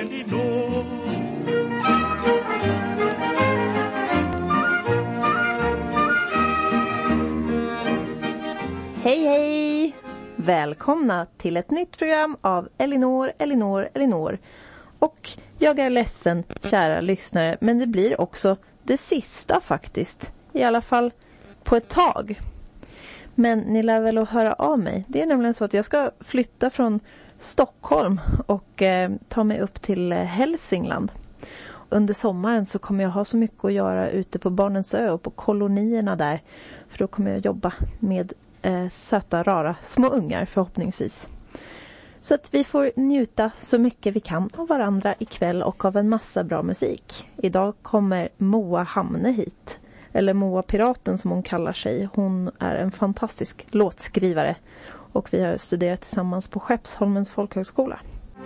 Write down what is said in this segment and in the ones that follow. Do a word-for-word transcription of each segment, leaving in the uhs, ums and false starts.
Elinor. Hej hej! Välkomna till ett nytt program av Elinor, Elinor, Elinor. Och jag är ledsen, kära lyssnare, men det blir också det sista faktiskt. I alla fall på ett tag. Men ni lär väl att höra av mig. Det är nämligen så att jag ska flytta från Stockholm och eh, ta mig upp till Hälsingland. Under sommaren så kommer jag ha så mycket att göra ute på Barnens ö och på kolonierna där. För då kommer jag jobba med eh, söta, rara små ungar förhoppningsvis. Så att vi får njuta så mycket vi kan av varandra ikväll och av en massa bra musik. Idag kommer Moa Hamne hit. Eller Moa Piraten som hon kallar sig. Hon är en fantastisk låtskrivare. Och vi har studerat tillsammans på Skeppsholmens folkhögskola.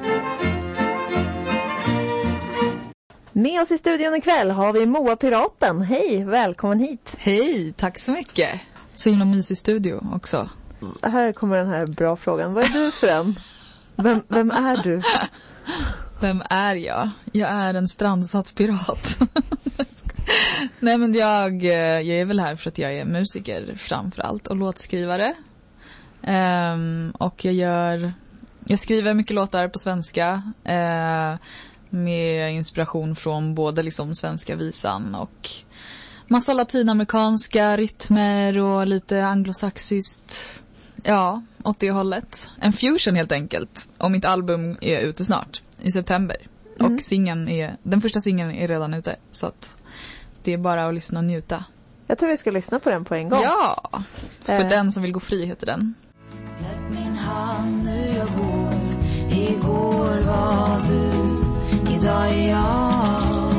Med oss i studion ikväll har vi Moa Piraten. Hej, välkommen hit. Hej, tack så mycket. Så himla mysig studio också. Här kommer den här bra frågan. Vad är du för en? Vem, vem är du? Vem är jag? Jag är en strandsatt pirat. Nej men jag, jag är väl här för att jag är musiker framförallt och låtskrivare. Um, och jag gör jag skriver mycket låtar på svenska uh, med inspiration från både liksom svenska visan och massa latinamerikanska rytmer och lite anglosaxiskt, ja, åt det hållet. En fusion helt enkelt. Och mitt album är ute snart i september. Mm. Och singeln är, den första singeln är redan ute, så att det är bara att lyssna och njuta. Jag tror vi ska lyssna på den på en gång. Ja, för eh. den som vill gå fri heter den. Släpp min hand nu jag går. Igår var du, idag är jag.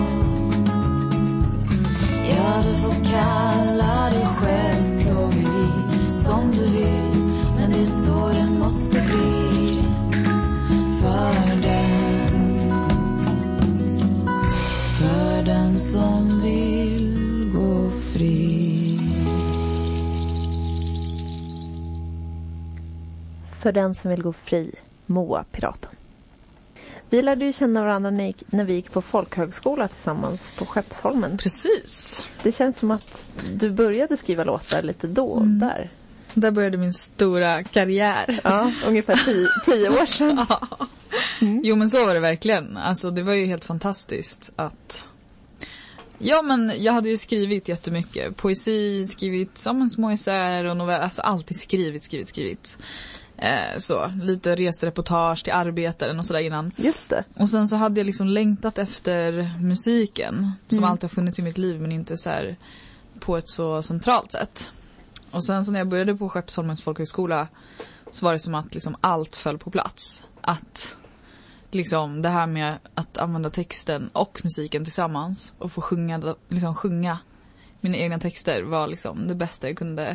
Ja, du får kalla dig självplågeri som du vill, men det är så det måste bli. För den, för den som vill gå fri. För den som vill gå fri, Moa Piraten. Vi lärde ju känna varandra när, gick, när vi gick på folkhögskola tillsammans på Skeppsholmen. Precis. Det känns som att du började skriva låtar lite då och mm. där. Där började min stora karriär. Ja, ungefär tio, tio år sedan. Ja. Mm. Jo men så var det verkligen. Alltså det var ju helt fantastiskt att... Ja men jag hade ju skrivit jättemycket. Poesi, skrivit som en små essäer och novell. Alltså alltid skrivit, skrivit, skrivit. Eh, så, lite resereportage till Arbetaren och sådär innan. Just det. Och sen så hade jag liksom längtat efter musiken. Som mm. alltid har funnits i mitt liv men inte så här på ett så centralt sätt. Och sen så när jag började på Skeppsholmens folkhögskola så var det som att liksom allt föll på plats. Att liksom det här med att använda texten och musiken tillsammans och få sjunga, liksom sjunga mina egna texter var liksom det bästa jag kunde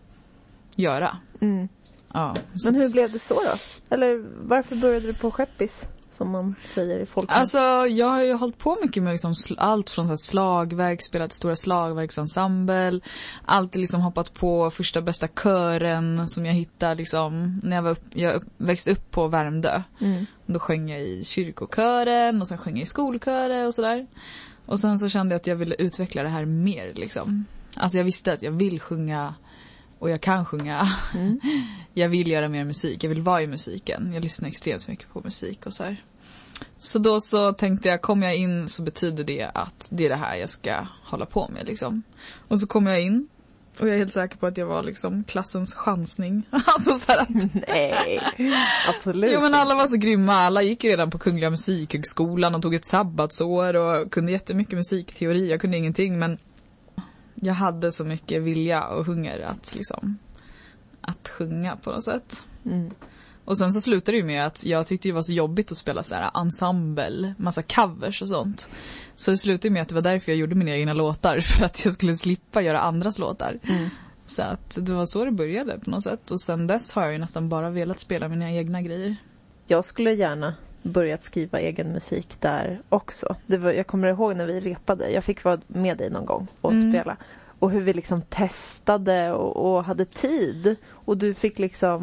göra. Mm. Ja, men hur blev det så då? Eller varför började du på Skeppis, som man säger i folk? Alltså jag har ju hållit på mycket med liksom allt från så här slagverk, spelat stora slagverksensemble, alltid liksom hoppat på första bästa kören som jag hittade liksom när jag var upp, jag upp, växte upp på Värmdö. Mm. Då sjöng jag i kyrkokören och sen sjöng jag i skolkören och sådär. Och sen så kände jag att jag ville utveckla det här mer liksom. Alltså jag visste att jag vill sjunga och jag kan sjunga. Mm. Jag vill göra mer musik. Jag vill vara i musiken. Jag lyssnar extremt mycket på musik och så här. Så då så tänkte jag, kommer jag in så betyder det att det är det här jag ska hålla på med liksom. Och så kom jag in och jag är helt säker på att jag var liksom klassens chansning. Alltså så här att... Nej, absolut. Jo men alla var så grymma. Alla gick ju redan på Kungliga Musikhögskolan och tog ett sabbatsår och kunde jättemycket musikteori. Jag kunde ingenting men jag hade så mycket vilja och hunger att liksom att sjunga på något sätt. Mm. Och sen så slutade det ju med att jag tyckte det var så jobbigt att spela så här ensemble, massa covers och sånt. Så det slutade med att det var därför jag gjorde mina egna låtar, för att jag skulle slippa göra andras låtar. Mm. Så att det var så det började på något sätt. Och sen dess har jag ju nästan bara velat spela mina egna grejer. Jag skulle gärna börjat skriva egen musik där också. Det var, jag kommer ihåg när vi repade. Jag fick vara med dig någon gång och mm. spela. Och hur vi liksom testade och, och hade tid. Och du fick liksom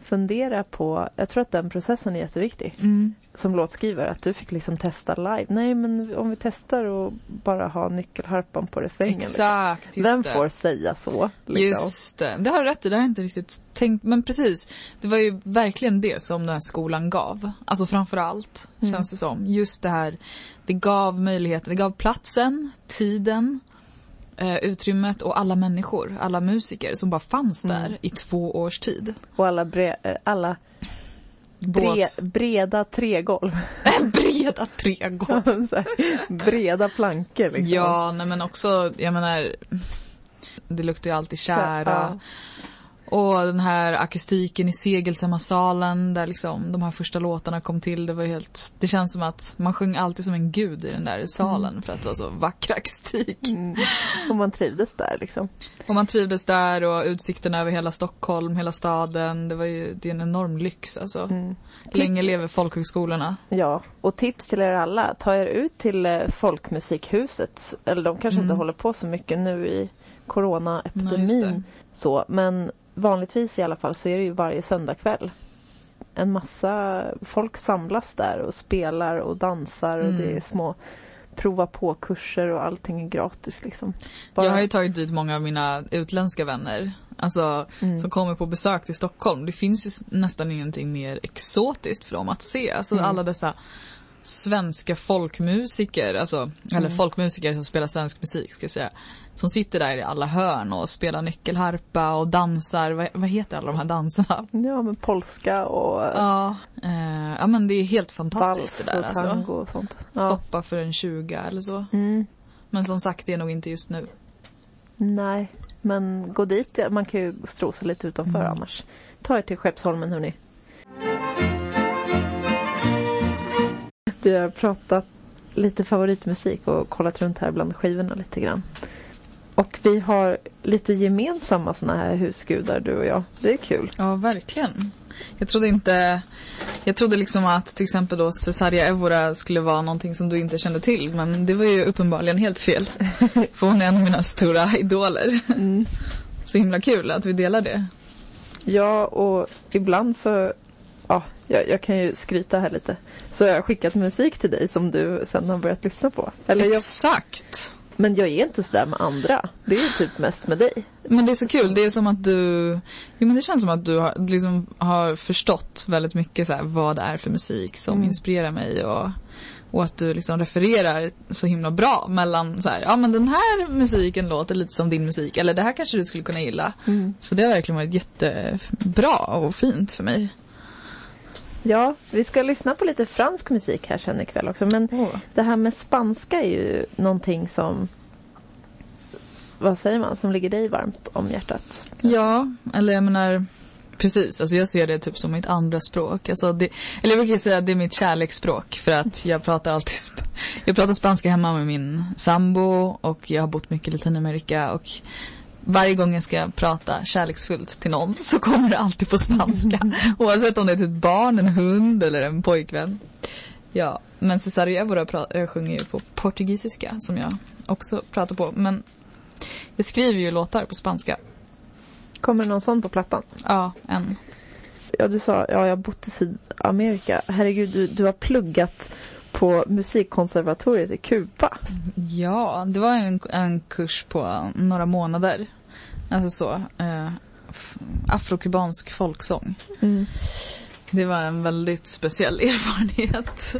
fundera på, jag tror att den processen är jätteviktig. Mm. Som låtskrivare, att du fick liksom testa live. Nej, men om vi testar och bara ha nyckelharpan på refrängen. Exakt, liksom. just Vem det. får säga så? Liksom. Just det, det har du rätt i, det har jag inte riktigt tänkt. Men precis, det var ju verkligen det som den här skolan gav. Alltså framförallt, mm. känns det som. Just det här, det gav möjligheten, det gav platsen, tiden, eh, utrymmet och alla människor, alla musiker som bara fanns där mm. i två års tid. Och alla, bre- alla bre- breda tregolv. breda tregolv. breda plankor liksom. Ja, nej, men också, jag menar, det luktar ju alltid kära. Ja. Och den här akustiken i Segelsamma-salen där liksom de här första låtarna kom till, det var helt, det känns som att man sjöng alltid som en gud i den där salen mm. för att det var så vacker akustik. Mm. Och man trivdes där liksom. Och man trivdes där och utsikten över hela Stockholm, hela staden, det var ju, det är en enorm lyx alltså. Mm. Länge lever folkhögskolororna. Ja, och tips till er alla, ta er ut till Folkmusikhuset, eller de kanske mm. inte håller på så mycket nu i coronaepidemin. Så, men vanligtvis i alla fall så är det ju varje söndagkväll. En massa folk samlas där och spelar och dansar och mm. det är små prova på kurser och allting är gratis liksom. Bara... Jag har ju tagit dit många av mina utländska vänner, alltså mm. som kommer på besök till Stockholm. Det finns ju nästan ingenting mer exotiskt för dem att se. Alltså mm. alla dessa svenska folkmusiker, alltså, mm. eller folkmusiker som spelar svensk musik ska jag säga, som sitter där i alla hörn och spelar nyckelharpa och dansar, vad, vad heter alla de här danserna? Ja, men polska och ja, eh, ja men det är helt fantastiskt det där och tango alltså. Och sånt. Ja. Soppa för en tjuga eller så. Mm. Men som sagt, det är nog inte just nu. Nej, men gå dit, man kan ju strosa lite utanför mm. annars. Ta er till Skeppsholmen hörni. Vi har pratat lite favoritmusik och kollat runt här bland skivorna lite grann. Och vi har lite gemensamma såna här husgudar, du och jag. Det är kul. Ja, verkligen. Jag trodde inte... Jag trodde liksom att till exempel då Cesaria Evora skulle vara någonting som du inte kände till. Men det var ju uppenbarligen helt fel. För hon är en av mina stora idoler. Mm. Så himla kul att vi delar det. Ja, och ibland så... Ja, jag, jag kan ju skryta här lite. Så jag har skickat musik till dig som du sen har börjat lyssna på. Eller Exakt. Jag, men jag är inte sådär med andra. Det är ju typ mest med dig. Men det är så kul. Det är som att du... Jo, men det känns som att du har, liksom, har förstått väldigt mycket så här, vad det är för musik som mm. inspirerar mig. Och, och att du liksom refererar så himla bra mellan så här, ja men den här musiken låter lite som din musik. Eller det här kanske du skulle kunna gilla. Mm. Så det har verkligen varit jättebra och fint för mig. Ja, vi ska lyssna på lite fransk musik här sen ikväll också. Men oh. det här med spanska är ju någonting som, vad säger man, som ligger dig varmt om hjärtat. Ja, eller jag menar, precis. Alltså jag ser det typ som mitt andra språk. Alltså det, eller jag brukar säga att det är mitt kärleksspråk. För att jag pratar alltid, sp- jag pratar spanska hemma med min sambo. Och jag har bott mycket i Latinamerika och... Varje gång jag ska prata kärleksfullt till någon så kommer det alltid på spanska. Oavsett om det är till ett barn, en hund eller en pojkvän. Ja, men Cesaria Evora pra- sjunger ju på portugisiska som jag också pratar på. Men jag skriver ju låtar på spanska. Kommer det någon sån på plattan? Ja, en. Ja, du sa, ja jag har bott i Sydamerika. Herregud, du, du har pluggat på musikkonservatoriet i Kuba. Ja, det var en, en kurs på några månader. Alltså så, eh, afrokubansk folksång. Mm. Det var en väldigt speciell erfarenhet.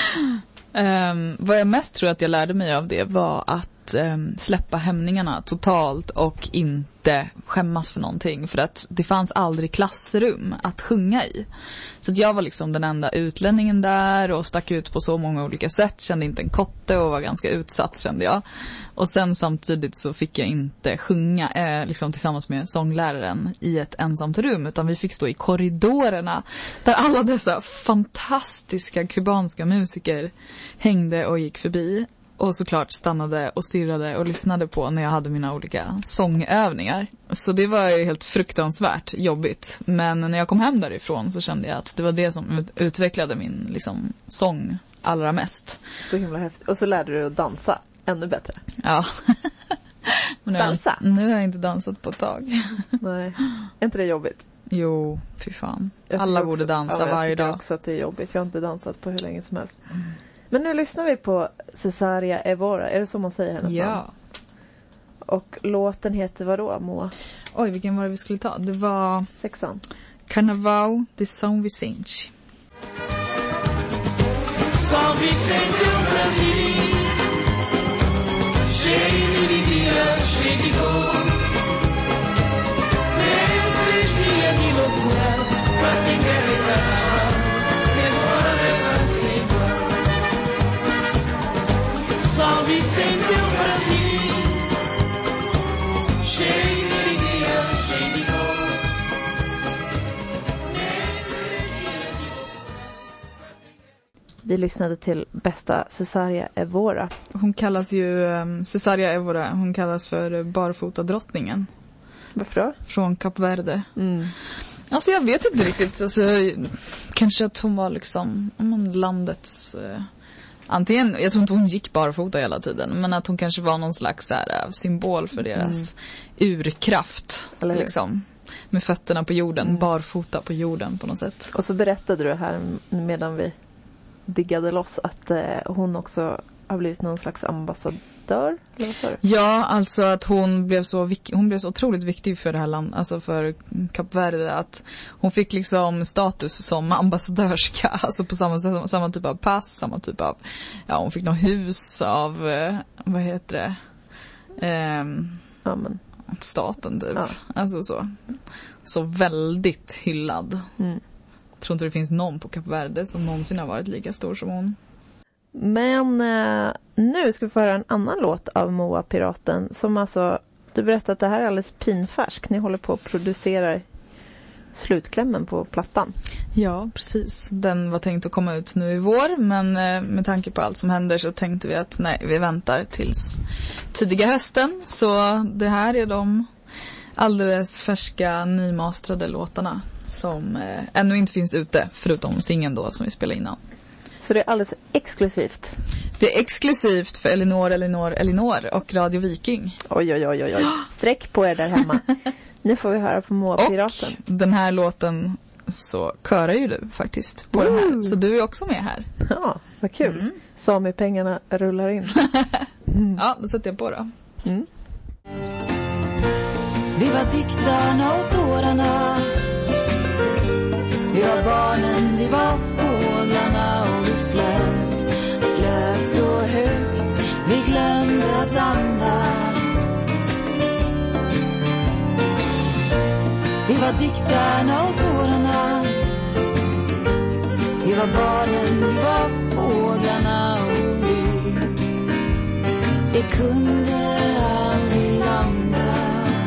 um, vad jag mest tror att jag lärde mig av det var att um, släppa hämningarna totalt och inte skämmas för någonting. För att det fanns aldrig klassrum att sjunga i. Så att jag var liksom den enda utlänningen där och stack ut på så många olika sätt. Kände inte en kotte och var ganska utsatt, kände jag. Och sen samtidigt så fick jag inte sjunga eh, liksom tillsammans med sångläraren i ett ensamt rum. Utan vi fick stå i korridorerna där alla dessa fantastiska kubanska musiker hängde och gick förbi. Och såklart stannade och stirrade och lyssnade på när jag hade mina olika sångövningar. Så det var ju helt fruktansvärt jobbigt. Men när jag kom hem därifrån så kände jag att det var det som utvecklade min liksom, sång allra mest. Så himla häftigt. Och så lärde du att dansa ännu bättre. Ja. Men nu, Salsa? Nu har jag inte dansat på ett tag. Nej, är inte det jobbigt? Jo, fy fan. Jag Alla tycker borde också- dansa ja, varje Jag dag. tycker också att det är jobbigt. Jag har inte dansat på hur länge som helst. Mm. Men nu lyssnar vi på Cesaria Evora. Är det så man säger hennes Ja. namn? Och låten heter vadå, Moa? Oj, vilken var det vi skulle ta? Det var Sexan. Carnaval de São Vicente. São Vicente é um Brasil cheio de vida, cheio de dor. Nesses três dias de loucura, pra quem quer reclamar, fora dessa semana. São Vicente é um Brasil cheio de vida, cheio de dor. Nesses três dias de Vi lyssnade till bästa Cesaria Evora. Hon kallas ju um, Cesaria Evora. Hon kallas för barfotadrottningen. Varför då? Från Kap Verde. Mm. Alltså jag vet inte riktigt. Alltså, kanske att hon var liksom om landets... Uh, antingen, jag tror inte hon gick barfota hela tiden. Men att hon kanske var någon slags så här, symbol för deras mm. urkraft. Eller hur? Liksom. Med fötterna på jorden. Mm. Barfota på jorden på något sätt. Och så berättade du här medan vi diggade loss att eh, hon också har blivit någon slags ambassadör. Eller vad sa du? Ja, alltså att hon blev så vik- hon blev så otroligt viktig för det här landet, alltså för Kap Verde, att hon fick liksom status som ambassadörska, alltså på samma sätt, samma typ av pass, samma typ av, ja, hon fick något hus av, eh, vad heter det, ehm, Ja, men. staten typ, Ja. alltså så, så väldigt hyllad. Mm. Jag tror inte det finns någon på Kap Verde som någonsin har varit lika stor som hon. Men eh, nu ska vi få höra en annan låt av Moa Piraten. Som alltså, du berättade att det här är alldeles pinfärsk. Ni håller på att producera slutklämmen på plattan. Ja, precis. Den var tänkt att komma ut nu i vår, men eh, med tanke på allt som händer så tänkte vi att nej, vi väntar tills tidiga hösten. Så det här är de alldeles färska, nymastrade låtarna som eh, ännu inte finns ute, förutom singeln då som vi spelade innan. Så det är alldeles exklusivt. Det är exklusivt för Elinor, Elinor, Elinor och Radio Viking. Oj, oj, oj, oj, oj. Sträck på er där hemma. Nu får vi höra på Moa Piraten. Och den här låten så körar ju du faktiskt på den här. Så du är också med här. Ja, vad kul. Mm. Sami-pengarna rullar in. Mm. Ja, då sätter jag på då. Mm. Vi var diktarna och dårarna. Vi var barnen, vi var fåglarna och vi flög. Flög så högt, vi glömde att andas. Vi var diktarna och dårarna. Vi var barnen, vi var fåglarna och vi. Vi kunde aldrig landa.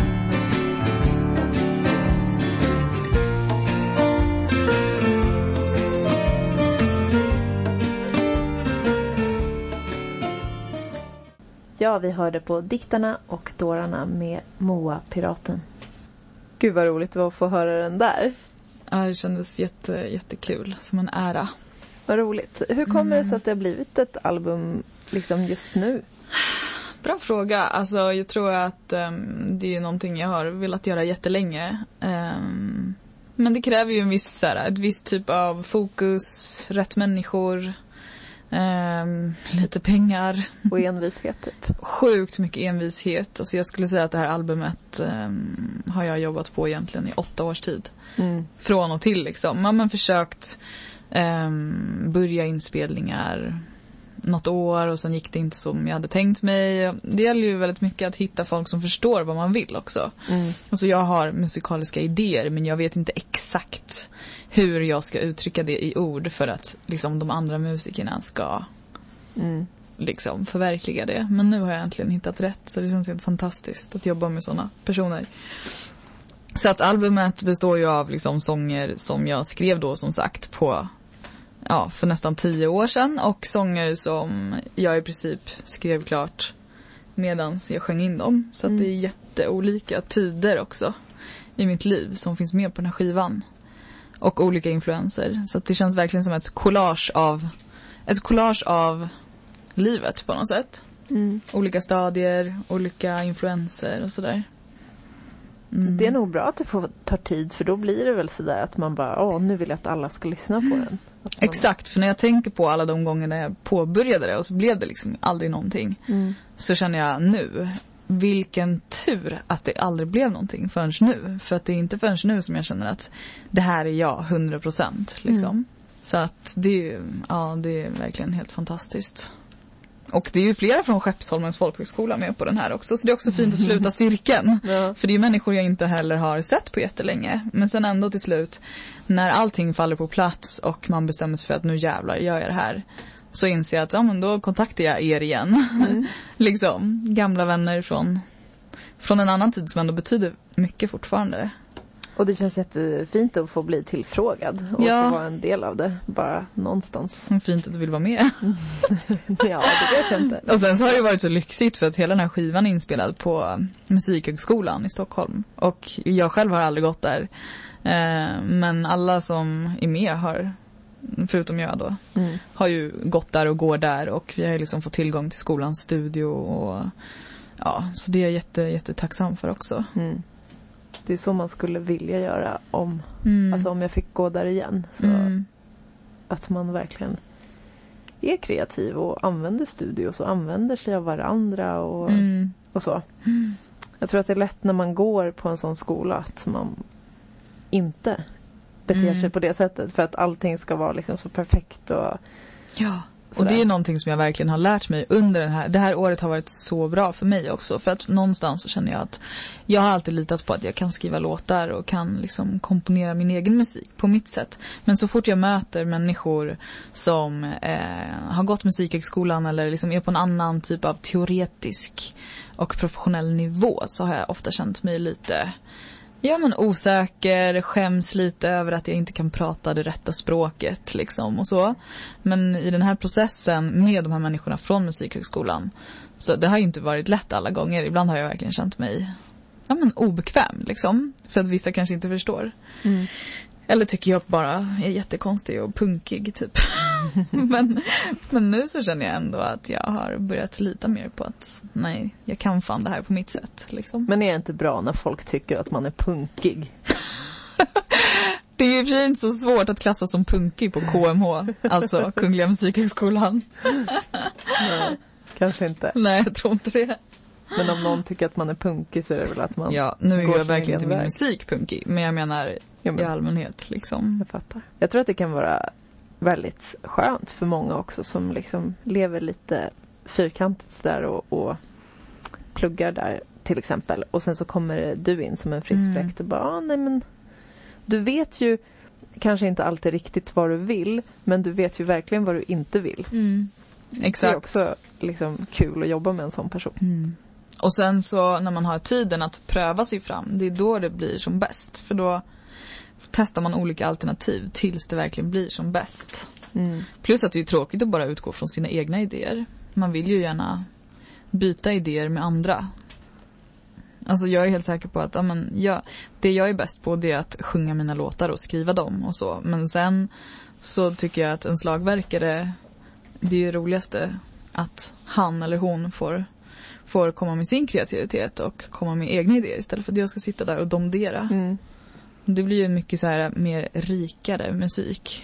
Ja, vi hörde på Diktarna och Dårarna med Moa Piraten. Gud vad roligt det var att få höra den där. Ja, det kändes jätte, jättekul, som en ära. Vad roligt. Hur kommer det sig att det har blivit ett album liksom just nu? Bra fråga. Alltså, jag tror att um, det är någonting jag har velat göra jättelänge. Um, men det kräver ju en viss, så här, ett visst typ av fokus, rätt människor, um, lite pengar. Och envishet typ. Sjukt mycket envishet. Alltså, jag skulle säga att det här albumet um, har jag jobbat på egentligen i åtta års tid. Mm. Från och till liksom. Man har försökt um, börja inspelningar något år och sen gick det inte som jag hade tänkt mig. Det gäller ju väldigt mycket att hitta folk som förstår vad man vill också. Mm. Alltså jag har musikaliska idéer men jag vet inte exakt hur jag ska uttrycka det i ord för att liksom de andra musikerna ska Mm. liksom förverkliga det. Men nu har jag äntligen hittat rätt, så det känns helt fantastiskt att jobba med sådana personer. Så att albumet består ju av liksom sånger som jag skrev då som sagt på ja, för nästan tio år sedan, och sånger som jag i princip skrev klart medans jag sjöng in dem. Så Mm. att det är jätteolika tider också i mitt liv som finns med på den här skivan. Och olika influenser. Så att det känns verkligen som ett collage av ett collage av livet på något sätt. Mm. Olika stadier, olika influenser och sådär. Mm. Det är nog bra att det får ta tid, för då blir det väl sådär att man bara, åh, nu vill jag att alla ska lyssna på den. Man... Exakt, för när jag tänker på alla de gånger när jag påbörjade det och så blev det liksom aldrig någonting. Mm. Så känner jag nu, vilken tur att det aldrig blev någonting förrän nu. För att det är inte förrän nu som jag känner att det här är jag, hundra procent liksom. Mm. Så att det är, ja, det är verkligen helt fantastiskt. Och det är ju flera från Skeppsholmens folkhögskola med på den här också. Så det är också fint att sluta cirkeln. Ja. För det är människor jag inte heller har sett på jättelänge. Men sen ändå till slut, när allting faller på plats och man bestämmer sig för att nu jävlar gör jag det här. Så inser jag att ja, men då kontaktar jag er igen. Mm. liksom, gamla vänner från, från en annan tid som ändå betyder mycket fortfarande. Och det känns jättefint att få bli tillfrågad och ja. få vara en del av det, bara någonstans. Fint att du vill vara med. Ja, det vet jag inte. Och sen så har det varit så lyxigt för att hela den här skivan är inspelad på Musikhögskolan i Stockholm. Och jag själv har aldrig gått där. Eh, men alla som är med har, förutom jag då, mm. har ju gått där och går där. Och vi har liksom fått tillgång till skolans studio. Och, ja, så det är jag jätte, jättetacksam för också. Mm. Det är så man skulle vilja göra om, mm. alltså om jag fick gå där igen. Så mm. att man verkligen är kreativ och använder studios och använder sig av varandra och, mm. och så. Mm. Jag tror att det är lätt när man går på en sån skola att man inte beter mm. sig på det sättet. För att allting ska vara liksom så perfekt. Och ja. Och det är någonting som jag verkligen har lärt mig under den här. Det här året har varit så bra för mig också. För att någonstans så känner jag att jag har alltid litat på att jag kan skriva låtar och kan liksom komponera min egen musik på mitt sätt. Men så fort jag möter människor som eh, har gått musikhögskolan eller liksom är på en annan typ av teoretisk och professionell nivå, så har jag ofta känt mig lite... Ja, men osäker, skäms lite över att jag inte kan prata det rätta språket liksom och så. Men i den här processen med de här människorna från Musikhögskolan, så det har ju inte varit lätt alla gånger. Ibland har jag verkligen känt mig ja, men obekväm liksom, för att vissa kanske inte förstår. Mm. Eller tycker jag bara är jättekonstig och punkig typ. men, men nu så känner jag ändå att jag har börjat lita mer på att nej, jag kan fan det här på mitt sätt liksom. Men är det inte bra när folk tycker att man är punkig? Det är ju inte så svårt att klassa som punkig på K M H, alltså Kungliga Musikhögskolan. Nej, kanske inte. Nej, jag tror inte det. Men om någon tycker att man är punkig så är det väl att man... Ja, nu är jag verkligen inte min musik punkig, men jag menar ja, men, i allmänhet liksom. Jag fattar. Jag tror att det kan vara väldigt skönt för många också som liksom lever lite fyrkantigt där och, och pluggar där till exempel. Och sen så kommer du in som en frisk mm. fläkt och bara, ah, nej men du vet ju kanske inte alltid riktigt vad du vill, men du vet ju verkligen vad du inte vill. Mm. Exakt. Det är också liksom kul att jobba med en sån person. Mm. Och sen så när man har tiden att pröva sig fram, det är då det blir som bäst. För då testar man olika alternativ tills det verkligen blir som bäst. Mm. Plus att det är tråkigt att bara utgå från sina egna idéer. Man vill ju gärna byta idéer med andra. Alltså jag är helt säker på att ja, men jag, det jag är bäst på det är att sjunga mina låtar och skriva dem och så. Men sen så tycker jag att en slagverkare, det är det roligaste att han eller hon får, får komma med sin kreativitet och komma med egna idéer istället för att jag ska sitta där och domdera. Mm. Det blir ju mycket så här mer rikare musik.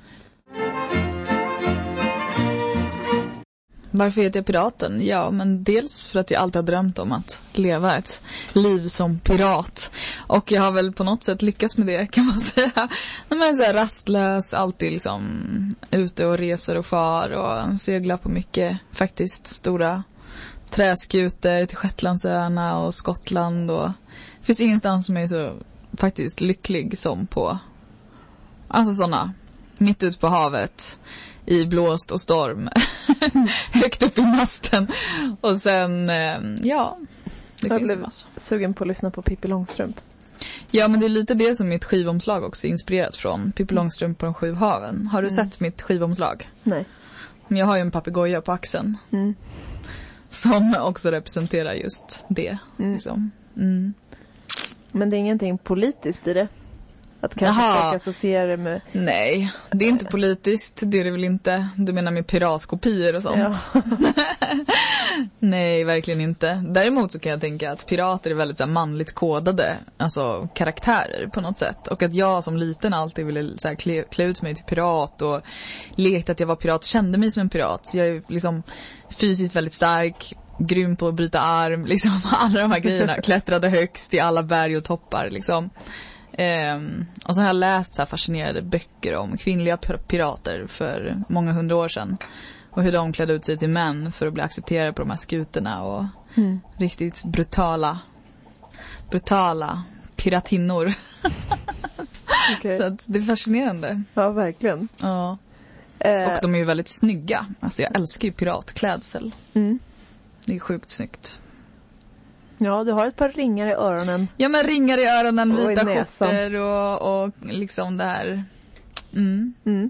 Varför heter jag Piraten? Ja, men dels för att jag alltid har drömt om att leva ett liv som pirat. Och jag har väl på något sätt lyckats med det, kan man säga. När man är så här rastlös, alltid liksom ute och reser och far och seglar på mycket, faktiskt stora träskuter till Shetlandsöarna och Skottland. Och det finns ingenstans som är så faktiskt lycklig som på alltså sådana mitt ut på havet i blåst och storm högt upp i masten och sen ja det jag finns blev massor. Sugen på att lyssna på Pippi Långstrump. Ja, men det är lite det som mitt skivomslag också är inspirerat från. Pippi Långstrump på de sju haven. Har du mm. sett mitt skivomslag? Nej. Men jag har ju en papegoja på axeln mm. som också representerar just det mm. liksom. Mm. Men det är ingenting politiskt i det? Att kanske Jaha. folk associerar det med... Nej, det är inte politiskt. Det är det väl inte. Du menar med piratkopior och sånt? Ja. Nej, verkligen inte. Däremot så kan jag tänka att pirater är väldigt så här, manligt kodade, alltså karaktärer på något sätt. Och att jag som liten alltid ville så här, klä, klä ut mig till pirat och lekte att jag var pirat, kände mig som en pirat. Jag är liksom fysiskt väldigt stark, grym på att bryta arm, liksom alla de här grejerna. Klättrade högst i alla berg och toppar liksom. Um, och så har jag läst så här fascinerande böcker om kvinnliga pirater för många hundra år sedan. Och hur de klädde ut sig till män för att bli accepterade på de här skutorna. Och mm. riktigt brutala brutala piratinnor. Okay. Så att det är fascinerande. Ja, verkligen. Ja. Eh. Och de är ju väldigt snygga. Alltså jag älskar ju piratklädsel. Mm. Det är sjukt snyggt. Ja, du har ett par ringar i öronen. Ja, men ringar i öronen, och vita i skjortor och, och liksom det här. Mm. Mm.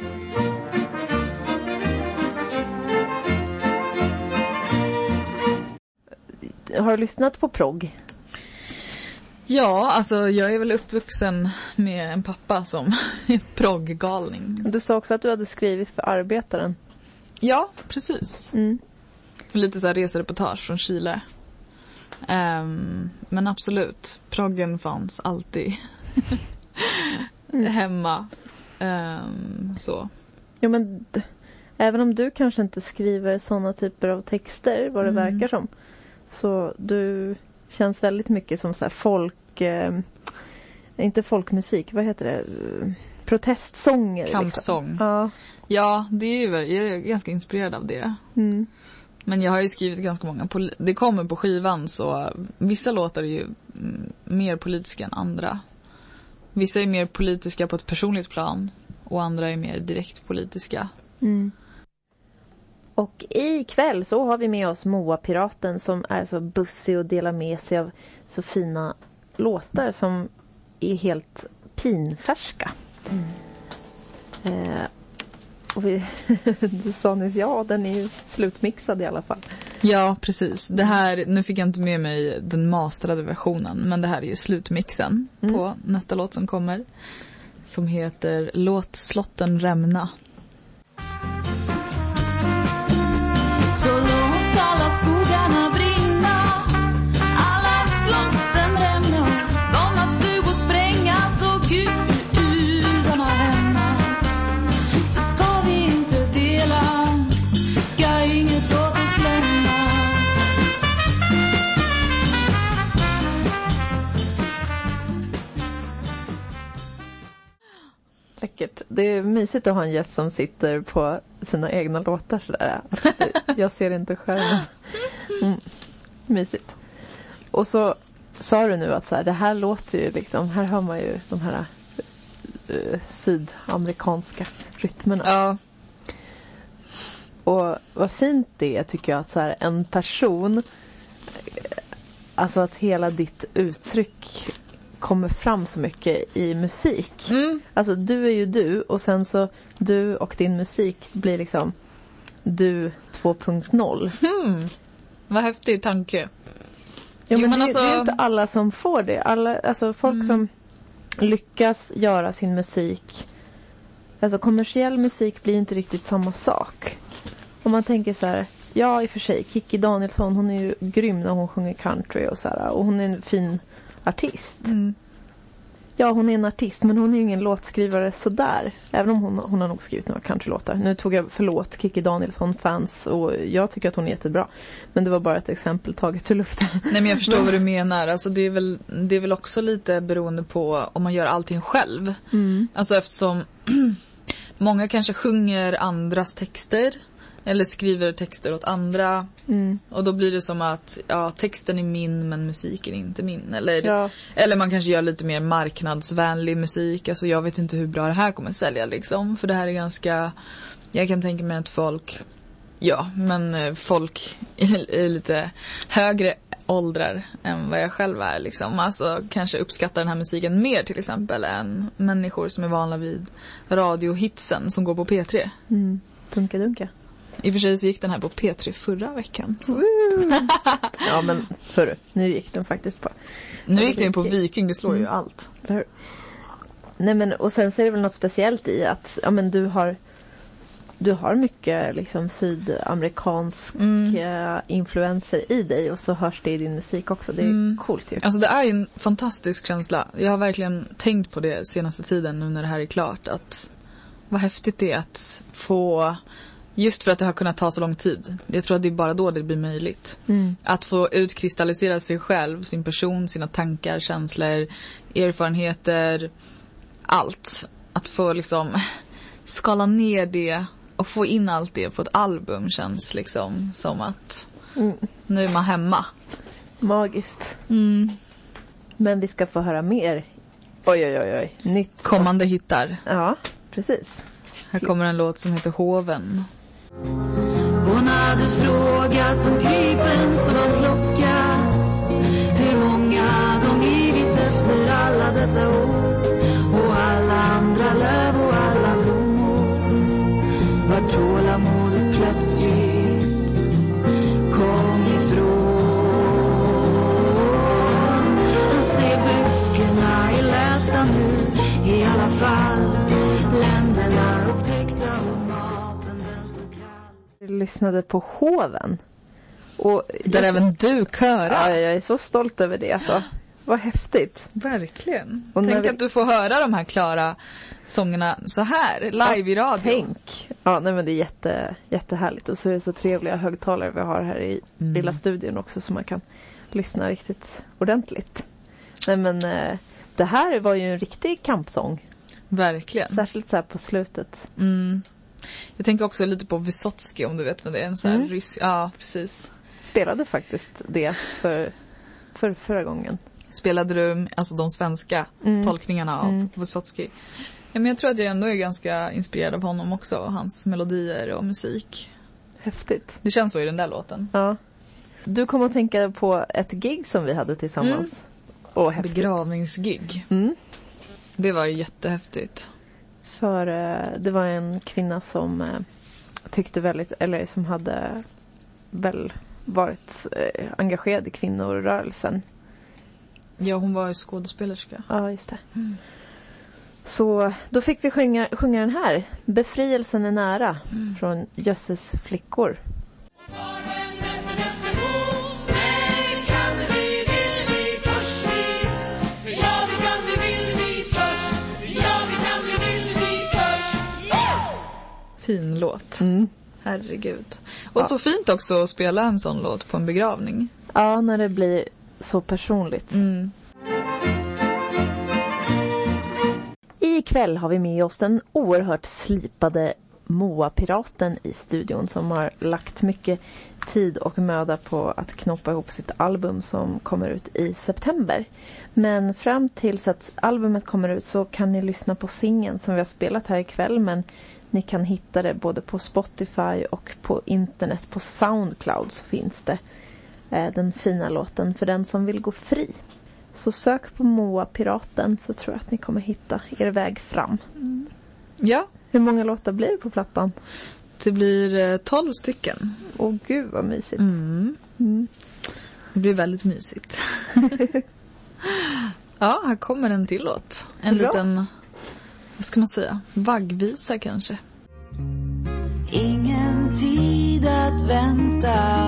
Har du lyssnat på progg? Ja, alltså jag är väl uppvuxen med en pappa som är progggalning. Du sa också att du hade skrivit för Arbetaren. Ja, precis. Mm. Lite så här resereportage från Chile. Um, men absolut, proggen fanns alltid mm. hemma. Um, så. Ja, men d- även om du kanske inte skriver såna typer av texter, vad det mm. verkar som, så du känns väldigt mycket som så här folk, eh, inte folkmusik, vad heter det? Protestsånger. Kampsång. Liksom. Ja. Ja, det är ju, jag är ganska inspirerad av det. Mm. Men jag har ju skrivit ganska många, poli- det kommer på skivan, så vissa låtar är ju mm, mer politiska än andra. Vissa är mer politiska på ett personligt plan och andra är mer direkt politiska. Mm. Och ikväll så har vi med oss Moa-piraten som är så bussig och delar med sig av så fina låtar som är helt pinfärska. Mm. Eh, och vi, du sa nyss, ja, den är ju slutmixad i alla fall. Ja, precis. Det här, nu fick jag inte med mig den masterade versionen, men det här är ju slutmixen mm. på nästa låt som kommer, som heter Låt slotten rämna. Så låt alla skogarna brinna, alla slotten rämna, sommarstugor sprängas och gudarna hämnas. För ska vi inte dela, ska inget åt oss lämnas. Läckert. Det är mysigt att ha en gäst som sitter på sina egna låtar sådär. Jag ser inte skärmen. Mm. Mysigt. Och så sa du nu att så här, det här låter ju liksom, här hör man ju de här uh, sydamerikanska rytmerna. Ja. Och vad fint det är, tycker jag, att så här, en person, alltså att hela ditt uttryck kommer fram så mycket i musik. Mm. Alltså du är ju du, och sen så du och din musik blir liksom du två punkt noll. Mm. Vad häftig tanke. Ja, men, men det, alltså... det är inte alla som får det. Alla, alltså folk mm. som lyckas göra sin musik. Alltså kommersiell musik blir inte riktigt samma sak. Om man tänker så här, ja i och för sig, Kikki Danielsson, hon är ju grym när hon sjunger country och så här, och hon är en fin artist. Mm. Ja, hon är en artist, men hon är ju ingen låtskrivare sådär. Även om hon, hon har nog skrivit några countrylåtar. Nu tog jag, förlåt, Kikki Danielsson fans, och jag tycker att hon är jättebra. Men det var bara ett exempel taget ur luften. Nej, men jag förstår vad du menar. Alltså det är väl, det är väl också lite beroende på om man gör allting själv. Mm. Alltså eftersom många kanske sjunger andras texter eller skriver texter åt andra. Mm. Och då blir det som att ja, texten är min men musiken är inte min. Eller, ja. eller man kanske gör lite mer marknadsvänlig musik. Alltså jag vet inte hur bra det här kommer sälja liksom. För det här är ganska... Jag kan tänka mig att folk... Ja, men folk i, i lite högre åldrar än vad jag själv är liksom. Alltså kanske uppskattar den här musiken mer till exempel än människor som är vana vid radiohitsen som går på P tre. Mm. Dunka dunka. I och för sig så gick den här på P tre förra veckan. Ja, men förr. Nu gick den faktiskt på. Nu gick den på Viking, det slår ju mm. allt. Nej men och sen så är det väl något speciellt i att ja men du har du har mycket liksom sydamerikansk mm. influenser i dig och så hörs det i din musik också. Det är mm. coolt ju. Alltså det är en fantastisk känsla. Jag har verkligen tänkt på det senaste tiden nu när det här är klart att vad häftigt det är att få, just för att det har kunnat ta så lång tid. Jag tror att det är bara då det blir möjligt. Mm. Att få utkristallisera sig själv, sin person, sina tankar, känslor, erfarenheter, allt. Att få liksom skala ner det och få in allt det på ett album känns liksom som att mm. nu är man hemma. Magiskt. Mm. Men vi ska få höra mer. Oj, oj, oj, oj. Nytt. Kommande hittar. Ja, precis. Här kommer en låt som heter Hoven. Hon hade frågat om krypen som han plockat, hur många de blivit efter alla dessa år, och alla andra löv och alla blommor. Var tålamodet plötsligt kom ifrån. Han ser böckerna är lästa nu, i alla fall länderna upptäckta och maten den stod kall. Jag lyssnade på Hoven. Och där jag, även du körar. Ja, jag är så stolt över det alltså. Vad häftigt. Verkligen. Och tänk vi... att du får höra de här klara sångerna så här live i radio. Tänk. Ja, nej men det är jätte, jättehärligt. Och så är det så trevliga högtalare vi har här i mm. lilla studion också, så man kan lyssna riktigt ordentligt. Nej men eh, det här var ju en riktig kampsång. Verkligen. Särskilt så här på slutet. Mm. Jag tänker också lite på Vysotsky, om du vet vad det är. En sån här mm. ryss... Ja, precis. Spelade faktiskt det för, för förra gången. Spelade du alltså de svenska mm. tolkningarna av mm. Vysotsky? Ja, men jag tror att jag ändå är ganska inspirerad av honom också. Hans melodier och musik. Häftigt. Det känns så i den där låten. Ja. Du kommer att tänka på ett gig som vi hade tillsammans. Mm. Och häftigt. Begravningsgig. Mm. Det var jättehäftigt. För eh, det var en kvinna som eh, tyckte väldigt, eller som hade väl varit eh, engagerad i kvinnorörelsen. Ja, hon var ju skådespelerska. Ja, just det. Mm. Så då fick vi sjunga, sjunga den här. Befrielsen är nära. Mm. Från Jösses flickor. Fin låt. Mm. Herregud. Och ja. Så fint också att spela en sån låt på en begravning. Ja, när det blir så personligt. Mm. Ikväll har vi med oss den oerhört slipade Moa-piraten i studion, som har lagt mycket tid och möda på att knoppa ihop sitt album som kommer ut i september. Men fram tills att albumet kommer ut så kan ni lyssna på singeln som vi har spelat här ikväll, men ni kan hitta det både på Spotify och på internet. På Soundcloud så finns det eh, den fina låten för den som vill gå fri. Så sök på Moa-piraten så tror jag att ni kommer hitta er väg fram. Mm. Ja. Hur många låtar blir det på plattan? Det blir eh, tolv stycken. Åh gud vad mysigt. Mm. Mm. Det blir väldigt mysigt. Ja, här kommer en till låt. En Bra. liten, vad ska man säga, vaggvisa kanske. Ingen tid att vänta.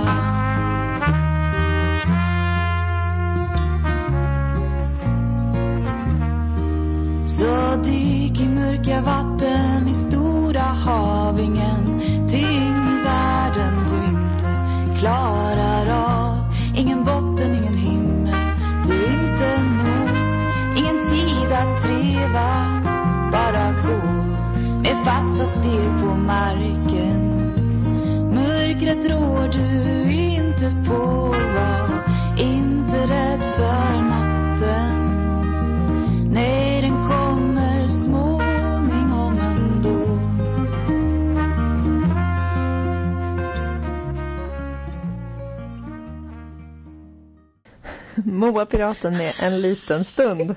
Så dyk i mörka vatten, i stora hav, ingen tyngd i världen du inte klarar av. Ingen botten, ingen himmel, du inte nog. Ingen tid att treva, bara gå med fasta steg på marken. Mörkret rår du inte på, var inte rädd för natten. Nej, den kommer småningom ändå. Moa-piraten med en liten stund.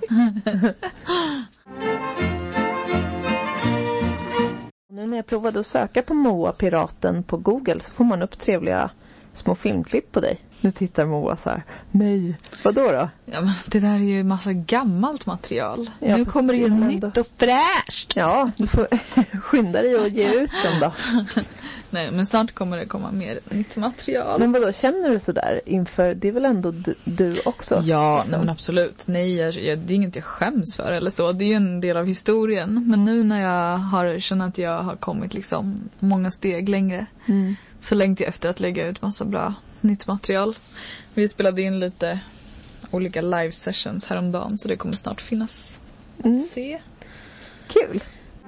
Nu när jag provade att söka på Moa-piraten på Google så får man upp trevliga små filmklipp på dig. Nu tittar Moa så här. Nej, vadå då? Ja, men det där är ju massa gammalt material. Ja, nu kommer det ju ändå. nytt och fräscht. Ja, du får skynda dig och ge ut dem då. Nej, men snart kommer det komma mer nytt material. Men vadå, känner du så där inför, det är väl ändå du, du också? Ja, liksom. nej, men absolut. Nej, jag, jag, det är inget jag skäms för eller så. Det är ju en del av historien. Men nu när jag har känner att jag har kommit liksom många steg längre Mm. så längtar jag efter att lägga ut massa bra nytt material. Vi spelade in lite olika live sessions häromdagen så det kommer snart finnas Mm. att se. Kul.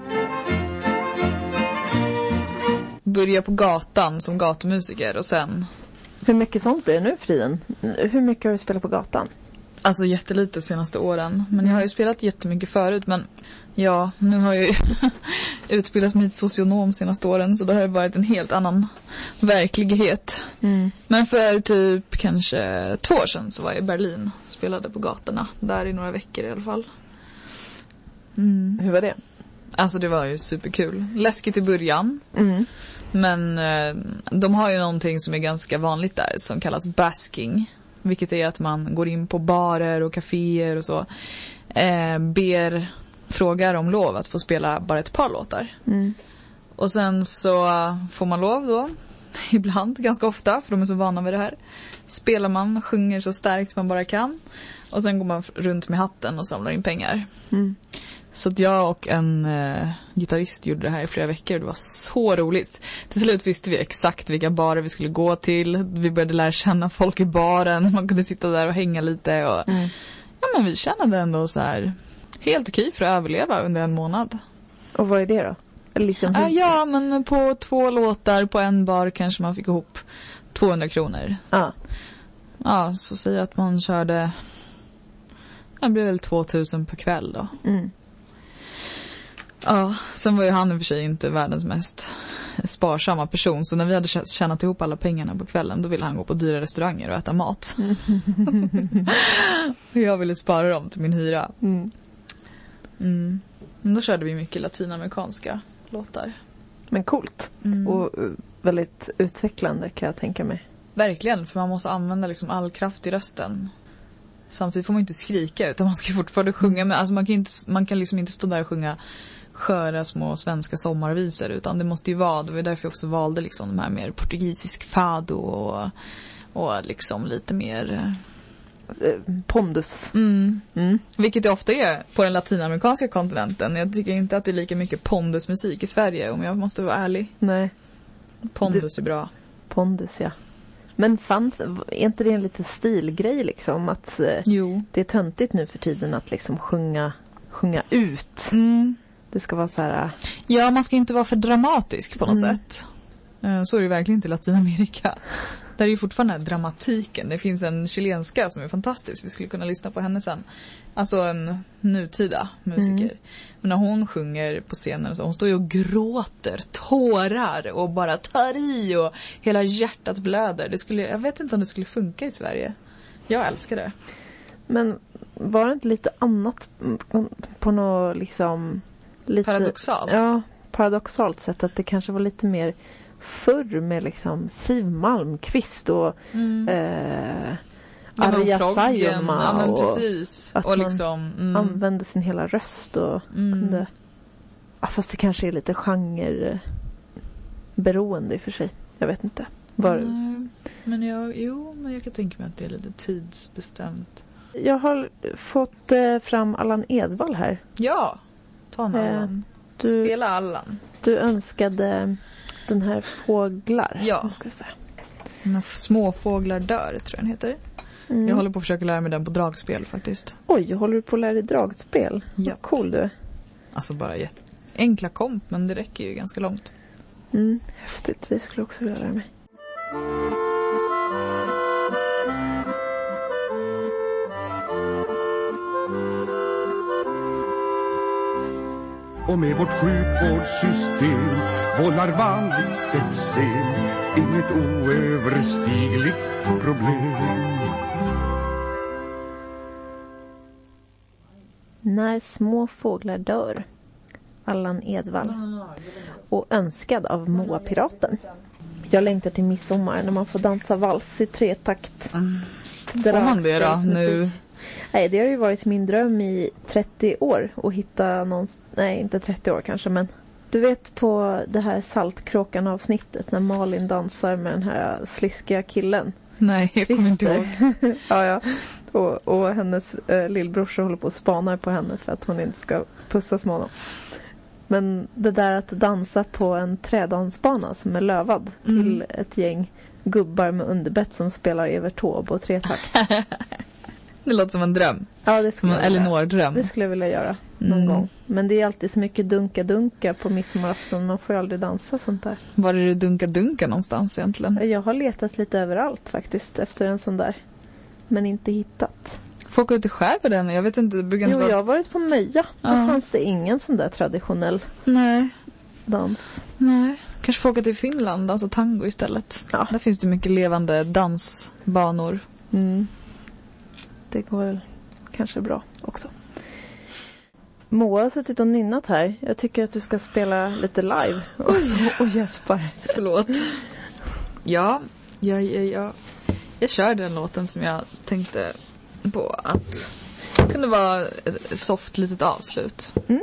Börja på gatan som gatumusiker och sen Hur mycket sånt blir det nu för tiden? Hur mycket har du spelat på gatan? alltså jättelite de senaste åren. Men jag har ju spelat jättemycket förut. Men ja, nu har jag ju utbildat mig till socionom senaste åren. Så det har ju varit en helt annan verklighet. Mm. Men för typ kanske två år sedan så var jag i Berlin. Spelade på gatorna. Där i några veckor i alla fall. Mm. Hur var det? Alltså det var ju superkul. Läskigt i början. Mm. Men eh, de har ju någonting som är ganska vanligt där. Som kallas basking. Vilket är att man går in på barer och kaféer och så. Eh, ber, frågar om lov att få spela bara ett par låtar. Mm. Och sen så får man lov då. Ibland, ganska ofta, för de är så vana vid det här. Spelar man, sjunger så starkt man bara kan. Och sen går man runt med hatten och samlar in pengar. Mm. Så att jag och en eh, gitarrist gjorde det här i flera veckor och det var så roligt. Till slut visste vi exakt vilka barer vi skulle gå till. Vi började lära känna folk i baren. Man kunde sitta där och hänga lite. Och, Mm. ja, men vi kände ändå så här helt okej för att överleva under en månad. Och vad är det då? Eller liksom hur... Ah, ja, men på två låtar på en bar kanske man fick ihop tvåhundra kronor. Ja. Ja, så säger att man körde... Det blev väl tvåtusen per kväll då. Mm. Ja, sen var ju han i och för sig inte världens mest sparsamma person. Så när vi hade tjänat ihop alla pengarna på kvällen, då ville han gå på dyra restauranger och äta mat. Och jag ville spara dem till min hyra. Mm. Mm. Men då körde vi mycket latinamerikanska låtar. Men coolt. Mm. Och uh, väldigt utvecklande kan jag tänka mig. Verkligen, för man måste använda liksom all kraft i rösten. Samtidigt får man inte skrika utan man ska fortfarande sjunga. Men alltså man kan, inte, man kan liksom inte stå där och sjunga sköra små svenska sommarvisor. Utan det måste ju vara, det var därför jag också valde liksom de här mer portugisisk fado och, och liksom lite mer... Uh, pondus. Mm. Mm. Vilket det ofta är på den latinamerikanska kontinenten. Jag tycker inte att det är lika mycket pondusmusik i Sverige om jag måste vara ärlig. Nej, Pondus är bra. pondus ja. Men fanns, är inte det en lite stilgrej liksom? Att uh, Jo. det är töntigt nu för tiden att liksom sjunga, sjunga ut. Mm. Det ska vara så här... Uh, Ja, man ska inte vara för dramatisk på något Mm. sätt. Eh, Så är det verkligen inte i Latinamerika. Där är ju fortfarande dramatiken. Det finns en chilenska som är fantastisk. Vi skulle kunna lyssna på henne sen. Alltså en nutida musiker. Mm. Men när hon sjunger på scenen så hon står ju och gråter, tårar och bara tar i och hela hjärtat blöder. Det skulle, jag vet inte om det skulle funka i Sverige. Jag älskar det. Men var det inte lite annat på något liksom... Lite, Paradoxalt. Ja, paradoxalt sätt att det kanske var lite mer förr med liksom Siw Malmkvist och Mm. eh, Ja, men Arja proggen, Saijonmaa ja, men och precis. att Och man liksom, mm. använde sin hela röst och Mm. kunde... Ja, fast det kanske är lite genreberoende i och för sig. Jag vet inte. Var... Nej, men jag, jo, men jag kan tänka mig att det är lite tidsbestämt. Jag har fått eh, fram Allan Edwall här. Ja, ta en Eh, Allan. Du, Spela Allan. du önskade den här Fåglar. Ja. Jag ska säga. När små fåglar dör, tror jag den heter. Mm. Jag håller på att försöka lära mig den på dragspel faktiskt. Oj, håller du på att lära dig dragspel? Ja. Vad cool du är. Alltså bara jätte... enkla komp, men det räcker ju ganska långt. Mm, häftigt. Det skulle jag också vilja lära mig. Och med vårt sjukvårdssystem vållar vanligt eksem inget oöverstigligt problem. När små fåglar dör. Allan Edwall. Och önskad av Moa Piraten. Jag längtar till midsommar när man får dansa vals i tretakt. Mm. Får man det då nu? Nej, det har ju varit min dröm i trettio år att hitta någon, nej inte trettio år kanske, men du vet på det här Saltkråkan avsnittet när Malin dansar med den här sliskiga killen. Nej, jag kommer inte ihåg. ja, ja. Och, och hennes eh, lillbrorsa håller på och spanar på henne för att hon inte ska pussas med honom. Men det där att dansa på en trädansbana som är lövad mm. till ett gäng gubbar med underbett som spelar Evert Taube och tretakt. Det låter som en dröm. Ja, det som en Elinor-dröm. Det skulle jag vilja göra någon mm. gång. Men det är alltid så mycket dunka-dunka på midsommarafton. Man får ju aldrig dansa sånt där. Var är det dunka-dunka någonstans egentligen? Jag har letat lite överallt faktiskt efter en sån där. Men inte hittat. Folk ut i skärgården, jag vet inte. Det brukar inte jo, vara... jag har varit på Möja. Då ja. fanns det ingen sån där traditionell Nej. dans. Nej. Kanske folk till Finland, dansa tango istället. Ja. Där finns det mycket levande dansbanor. Mm. Det går väl kanske bra också. Moa har suttit och nynnat här. Jag tycker att du ska spela lite live. Och, och gäspar. Förlåt. Ja, ja, ja, ja. Jag kör den låten som jag tänkte på att det kunde vara ett soft litet avslut. Mm.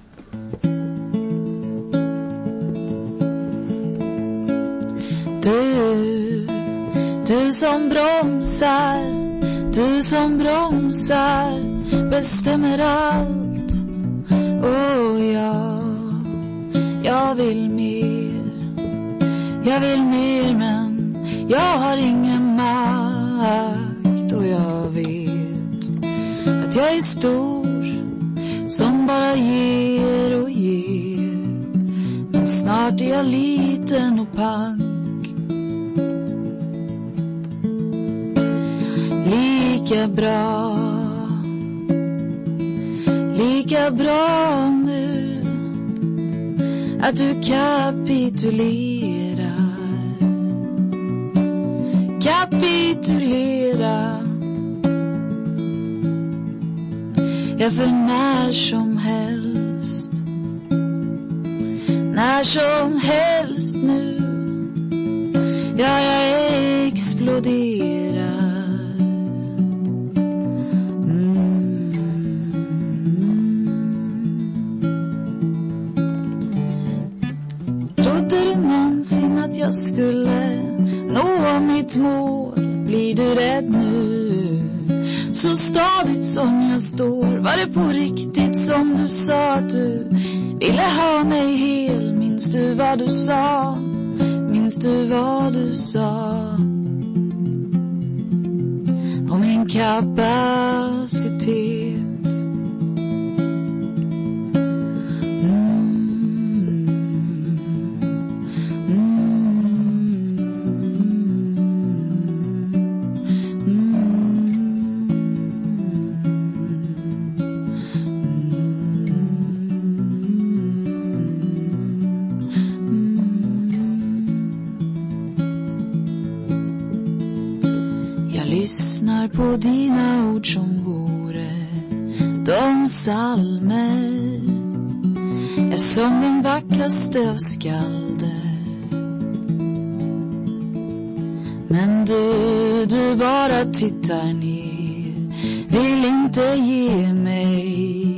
Du, du som bromsar, du som bromsar, bestämmer allt. Och jag, jag vill mer, jag vill mer men jag har ingen makt. Och jag vet att jag är stor som bara ger och ger. Men snart är jag liten och pank. Lika bra, lika bra nu att du kapitulerar. Kapitulera. Ja, för när som helst, när som helst nu, ja, jag exploderar. Att jag skulle nå mitt mål. Blir du rädd nu? Så stadigt som jag står. Var det på riktigt som du sa att du ville ha mig hel? Minns du vad du sa? Minns du vad du sa? Om min kapacitet. Lyssnar på dina ord som vore de salmer. Jag som den vackraste av skalder. Men du, du bara tittar ner. Vill inte ge mig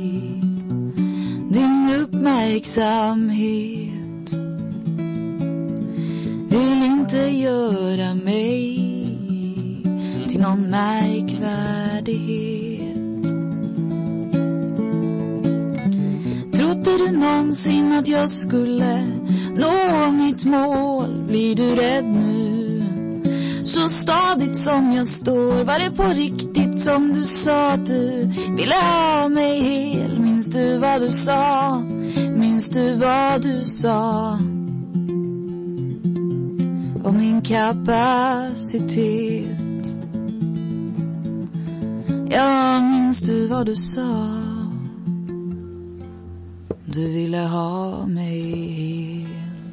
din uppmärksamhet. Vill inte göra mig till någon märkvärdighet. Trodde du någonsin att jag skulle nå mitt mål? Blir du rädd nu? Så stadigt som jag står. Var det på riktigt som du sa att du ville ha mig hel? Minns du vad du sa? Minns du vad du sa? Om min kapacitet. Ja, minns du vad du sa? Du ville ha mig hel.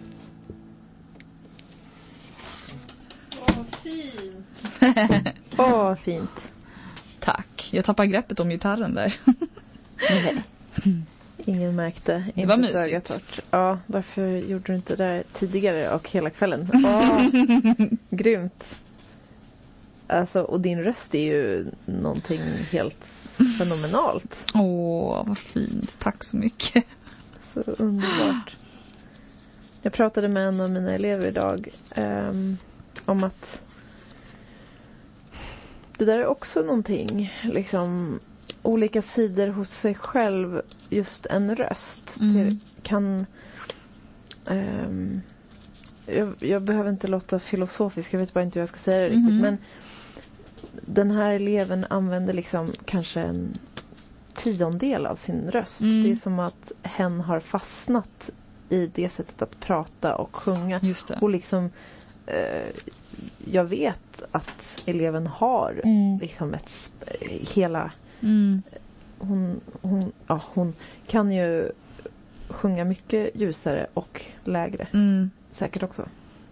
Åh, fint. Åh, fint. Tack. Jag tappar greppet om gitarren där. Nej. Ingen märkte. Det var inte ett mysigt. öga torrt. Ja, varför gjorde du inte det där tidigare och hela kvällen? Åh, grymt. Alltså, och din röst är ju någonting helt fenomenalt. Åh, vad fint. Tack så mycket. Så underbart. Jag pratade med en av mina elever idag um, om att det där är också någonting, liksom olika sidor hos sig själv, just en röst Mm. till, kan um, jag, jag behöver inte låta filosofisk, jag vet bara inte hur jag ska säga det riktigt, Mhm. men den här eleven använder liksom kanske en tiondel av sin röst. Mm. Det är som att hen har fastnat i det sättet att prata och sjunga. Just det. Och liksom eh, jag vet att eleven har Mm. liksom ett sp- hela Mm. hon, hon, ja, hon kan ju sjunga mycket ljusare och lägre. Mm. Säkert också.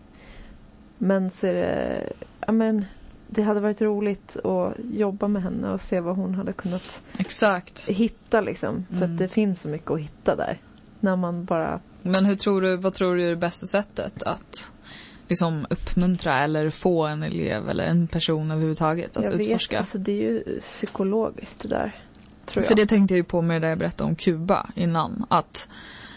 Men så är det, ja men det hade varit roligt att jobba med henne och se vad hon hade kunnat Exakt. hitta liksom. För Mm. att det finns så mycket att hitta där. När man bara... Men hur tror du, vad tror du är det bästa sättet att liksom uppmuntra eller få en elev eller en person överhuvudtaget att jag utforska? vet, alltså det är ju psykologiskt det där. Tror jag. För det tänkte jag ju på med det jag berättade om Kuba innan. Att,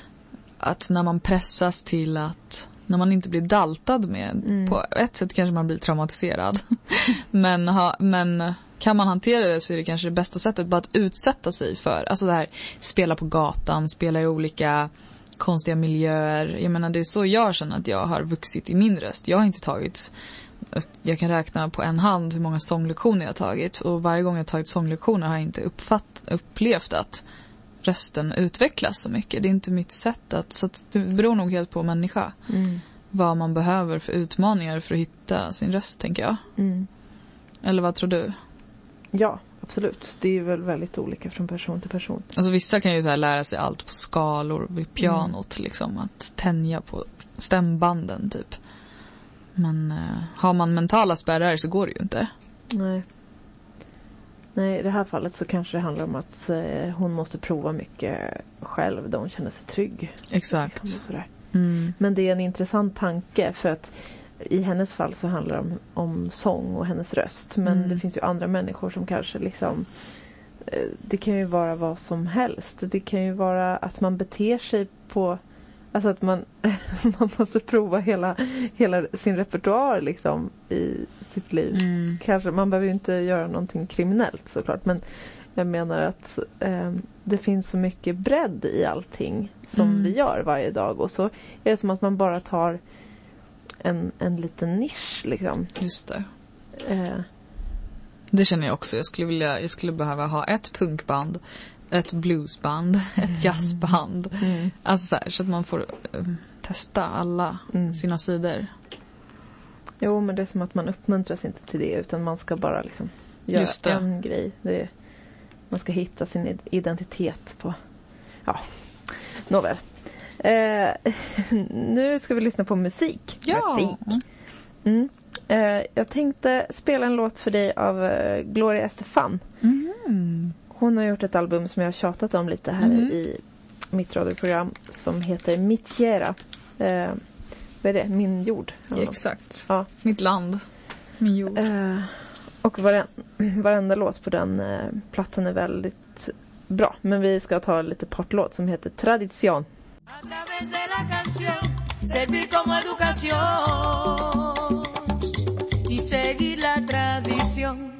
att när man pressas till att, när man inte blir daltad med, Mm. på ett sätt kanske man blir traumatiserad. men, ha, men kan man hantera det så är det kanske det bästa sättet bara att utsätta sig för. Alltså det här, spela på gatan, spela i olika konstiga miljöer. Jag menar det är så jag känner att jag har vuxit i min röst. Jag har inte tagit, jag kan räkna på en hand hur många sånglektioner jag har tagit. Och varje gång jag har tagit sånglektioner har jag inte uppfatt, upplevt att rösten utvecklas så mycket. Det är inte mitt sätt att, så att det beror nog helt på människa. Mm. Vad man behöver för utmaningar för att hitta sin röst, tänker jag. Mm. Eller vad tror du? Ja, absolut. Det är väl väldigt olika från person till person. Alltså vissa kan ju så här lära sig allt på skalor vid pianot, liksom att tänja på stämbanden typ. Men eh, har man mentala spärrar så går det ju inte. Nej. Nej, i det här fallet så kanske det handlar om att eh, hon måste prova mycket själv där hon känner sig trygg. Exakt. Liksom och sådär. Mm. Men det är en intressant tanke för att i hennes fall så handlar det om, om sång och hennes röst. Men Mm. det finns ju andra människor som kanske liksom, eh, det kan ju vara vad som helst. Det kan ju vara att man beter sig på, alltså att man, man måste prova hela, hela sin repertoar liksom i sitt liv. Mm. Kanske, man behöver ju inte göra någonting kriminellt såklart, men jag menar att eh, det finns så mycket bredd i allting som Mm. vi gör varje dag, och så är det som att man bara tar en, en liten nisch liksom. Just det. Eh, Det känner jag också. Jag skulle vilja, jag skulle behöva ha ett punkband, ett bluesband, ett jazzband. mm. Alltså så, här, så att man får um, testa alla Mm. sina sidor. Jo, men det är som att man uppmuntras inte till det, utan man ska bara liksom göra Just det. en grej. Det är, man ska hitta sin identitet på, ja, nåväl. Eh, nu ska vi lyssna på musik. Musik. Mm. Eh, jag tänkte spela en låt för dig av eh, Gloria Estefan. Mm. Hon har gjort ett album som jag har tjatat om lite här Mhm. i mitt radioprogram som heter Mitt Tierra. Eh, vad är det? Min jord. eller något. Exakt. Ja. Mitt land. Min jord. Eh, och varen, varenda låt på den eh, plattan är väldigt bra. Men vi ska ta lite partlåt som heter Tradition. A través de la canción, servir como educación y seguir la tradición.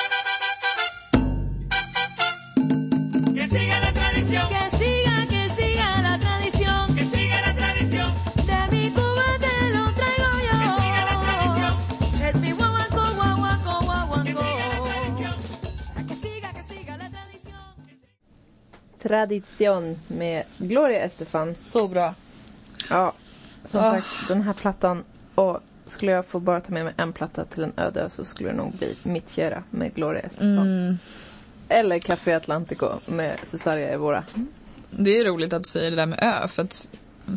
Que siga la tradición, que siga, que siga la tradición, que siga la tradición. De mi Cuba te lo traigo yo. Que siga la tradición, es mi guaguancó, guaguancó, guaguancó. Que siga, que siga la tradición. Tradition med Gloria Estefan. Så bra. Ja, som Ah. sagt, den här plattan, och skulle jag få bara ta med mig en platta till en öde så skulle det nog bli Mitt Tierra med Gloria Estefan. Mm. Eller Café Atlantico med Cesaria Evora. Det är roligt att du säger det där med ö, för att